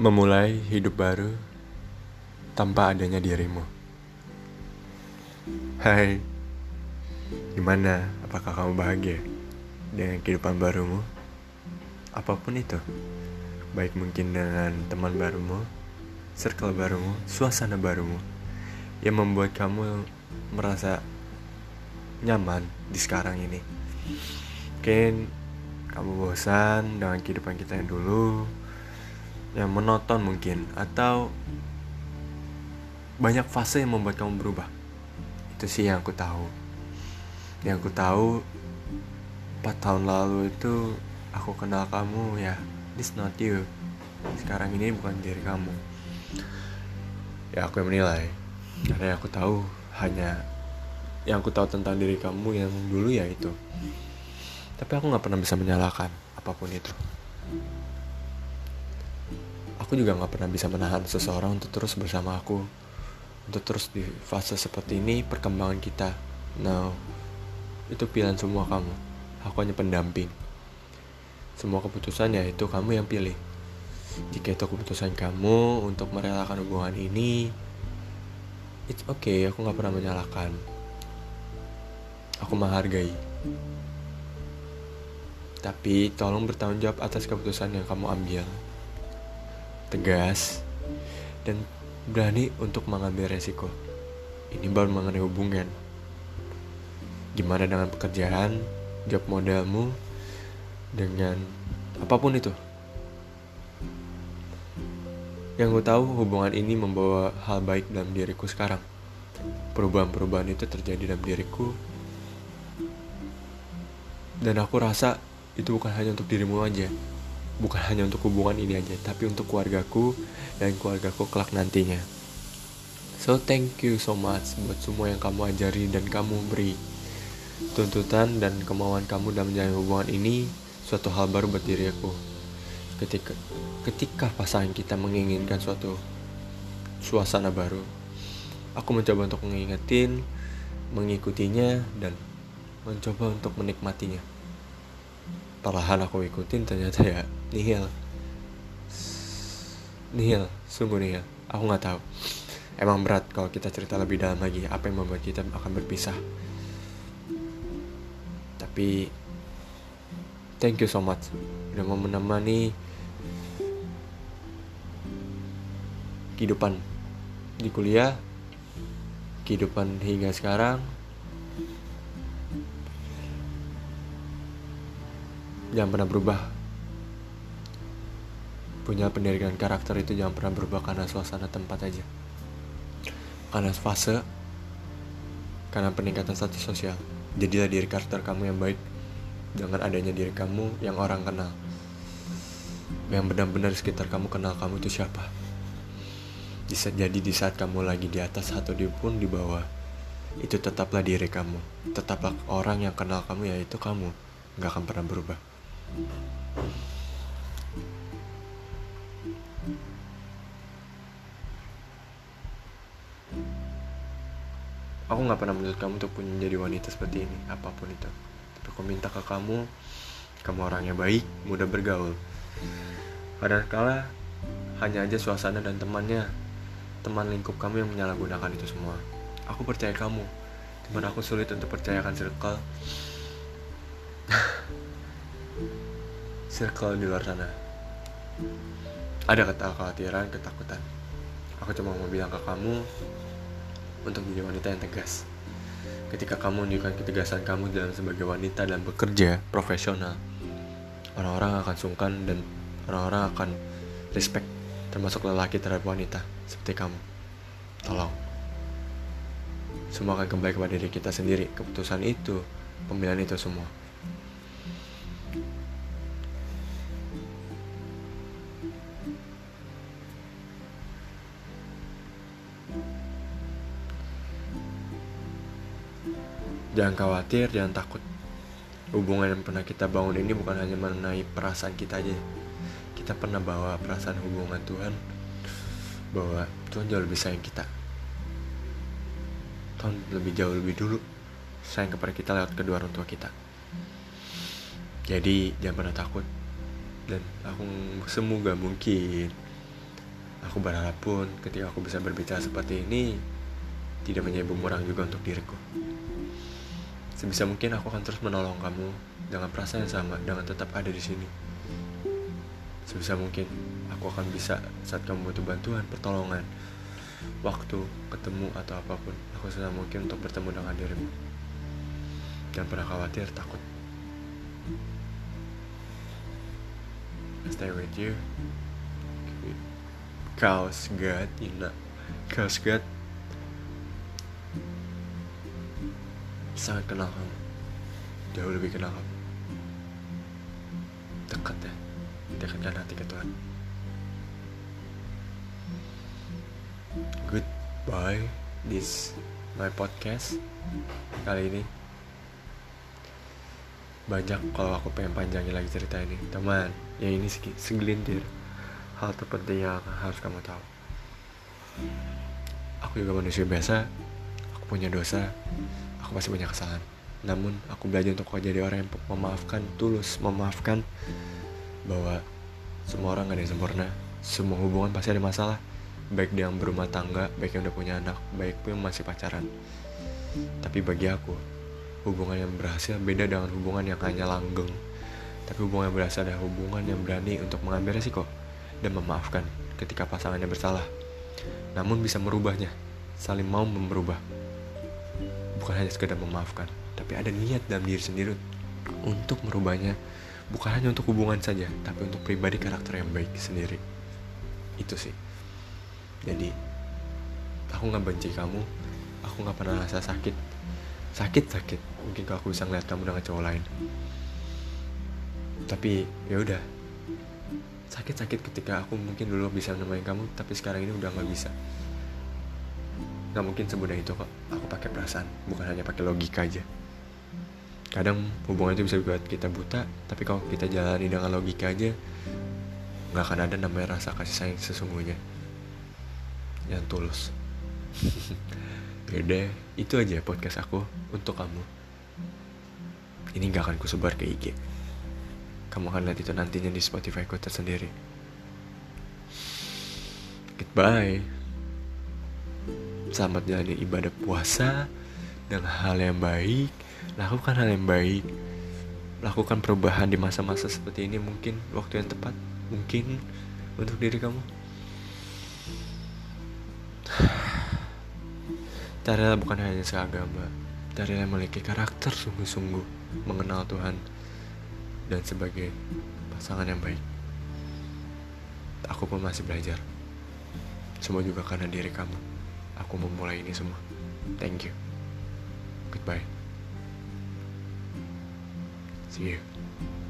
Memulai hidup baru tanpa adanya dirimu. Hai, gimana? Apakah kamu bahagia dengan kehidupan barumu? Apapun itu, baik mungkin dengan teman barumu, circle barumu, suasana barumu, yang membuat kamu merasa nyaman di sekarang ini. Mungkin kamu bosan dengan kehidupan kita yang dulu, yang monoton mungkin, atau banyak fase yang membuat kamu berubah. Itu sih yang aku tahu. Yang aku tahu 4 tahun lalu itu aku kenal kamu, ya this not you. Sekarang ini bukan diri kamu. Ya aku yang menilai, karena yang aku tahu hanya yang aku tahu tentang diri kamu yang dulu, ya itu. Tapi aku gak pernah bisa menyalahkan apapun itu. Aku juga gak pernah bisa menahan seseorang untuk terus bersama aku, untuk terus di fase seperti ini perkembangan kita. Now, itu pilihan semua kamu. Aku hanya pendamping. Semua keputusan ya itu kamu yang pilih. Jika itu keputusan kamu untuk merelakan hubungan ini, it's okay, aku gak pernah menyalahkan. Aku menghargai. Tapi tolong bertanggung jawab atas keputusan yang kamu ambil. Tegas dan berani untuk mengambil resiko. Ini baru mengenai hubungan. Gimana dengan pekerjaan, job modelmu, dengan apapun itu. Yang gue tahu, hubungan ini membawa hal baik dalam diriku sekarang. Perubahan-perubahan itu terjadi dalam diriku. Dan aku rasa itu bukan hanya untuk dirimu aja, bukan hanya untuk hubungan ini aja, tapi untuk keluargaku dan keluargaku kelak nantinya. So thank you so much buat semua yang kamu ajari dan kamu beri. Tuntutan dan kemauan kamu dalam menjalani hubungan ini suatu hal baru buat diriku. Ketika pasangan kita menginginkan suatu suasana baru, aku mencoba untuk mengingetin, mengikutinya, dan mencoba untuk menikmatinya. Perlahan aku ikutin, ternyata ya nihil, sungguh nihil. Aku gak tahu. Emang berat kalau kita cerita lebih dalam lagi apa yang membuat kita akan berpisah. Tapi thank you so much udah mau menemani kehidupan di kuliah, kehidupan hingga sekarang. Jangan pernah berubah. Punya pendidikan karakter itu jangan pernah berubah karena suasana tempat aja, karena fase, karena peningkatan status sosial. Jadilah diri karakter kamu yang baik dengan adanya diri kamu yang orang kenal, yang benar-benar sekitar kamu kenal kamu itu siapa. Jadi di saat kamu lagi di atas atau pun di bawah, itu tetaplah diri kamu, tetaplah orang yang kenal kamu, yaitu kamu. Gak akan pernah berubah. Aku gak pernah menuntut kamu untuk menjadi wanita seperti ini, apapun itu. Tapi aku minta ke kamu orang yang baik, mudah bergaul. Kadang-kala hanya aja suasana dan teman lingkup kamu yang menyalahgunakan itu semua. Aku percaya kamu, cuman aku sulit untuk percayakan circle di luar sana. Ada kekhawatiran, ketakutan. Aku cuma mau bilang ke kamu untuk menjadi wanita yang tegas. Ketika kamu menunjukkan ketegasan kamu dalam sebagai wanita dan bekerja profesional, orang-orang akan sungkan dan orang-orang akan respect, termasuk lelaki terhadap wanita seperti kamu. Tolong, semua akan kembali kepada diri kita sendiri. Keputusan itu, pemilihan itu semua. Jangan khawatir, jangan takut. Hubungan yang pernah kita bangun ini bukan hanya mengenai perasaan kita aja. Kita pernah bawa perasaan hubungan Tuhan, bahwa Tuhan jauh lebih sayang kita. Tuhan jauh lebih dulu sayang kepada kita lewat kedua orang tua kita. Jadi jangan pernah takut. Dan aku semoga mungkin Aku berharap pun ketika aku bisa berbicara seperti ini tidak menjadi bumerang juga untuk diriku. Sebisa mungkin aku akan terus menolong kamu dengan perasaan yang sama, dengan tetap ada di sini. Sebisa mungkin aku akan bisa saat kamu butuh bantuan, pertolongan, waktu, ketemu atau apapun. Aku sebisa mungkin untuk bertemu dengan dirimu. Jangan pernah khawatir, takut. Stay with you. Chaos God, Ina. Chaos God sangat kenal kamu, jauh lebih kenal kamu. Dekat ya, dekatkan hati ke Tuhan. Goodbye, this my podcast kali ini. Banyak kalau aku pengen panjangin lagi cerita ini, teman. Ya ini segelintir hal terpenting yang harus kamu tahu. Aku juga manusia biasa, aku punya dosa, aku pasti punya kesalahan. Namun aku belajar untuk jadi orang yang memaafkan, tulus memaafkan, bahwa semua orang gak ada yang sempurna. Semua hubungan pasti ada masalah, baik dia yang berumah tangga, baik yang udah punya anak, baik pun masih pacaran. Tapi bagi aku, hubungan yang berhasil beda dengan hubungan yang hanya langgeng. Tapi hubungan yang berhasil adalah hubungan yang berani untuk mengambil resiko dan memaafkan ketika pasangannya bersalah, namun bisa merubahnya, saling mau merubah. Bukan hanya sekedar memaafkan, tapi ada niat dalam diri sendiri untuk merubahnya. Bukan hanya untuk hubungan saja, tapi untuk pribadi karakter yang baik sendiri. Itu sih. Jadi aku gak benci kamu, aku gak pernah rasa sakit. Mungkin kalau aku bisa ngeliat kamu dengan cowok lain. Tapi ya udah, sakit ketika aku mungkin dulu bisa nemuin kamu, tapi sekarang ini udah gak bisa. Gak mungkin semudah itu kok. Aku pakai perasaan, bukan hanya pakai logika aja. Kadang hubungan itu bisa buat kita buta, tapi kalau kita jalani dengan logika aja, gak akan ada namanya rasa kasih sayang sesungguhnya yang tulus. Yaudah, itu aja podcast aku untuk kamu. Ini gak akan kusebar ke IG. Kamu akan lihat itu nantinya di Spotify ku tersendiri. Goodbye. Selamat jalani ibadah puasa dengan hal yang baik. Lakukan hal yang baik. Lakukan perubahan di masa-masa seperti ini. Mungkin waktu yang tepat, mungkin untuk diri kamu. Carilah bukan hanya seagama, carilah memiliki karakter sungguh-sungguh, mengenal Tuhan dan sebagai pasangan yang baik. Aku pun masih belajar. Semua juga karena diri kamu. Aku memulai ini semua. Thank you. Goodbye. See you.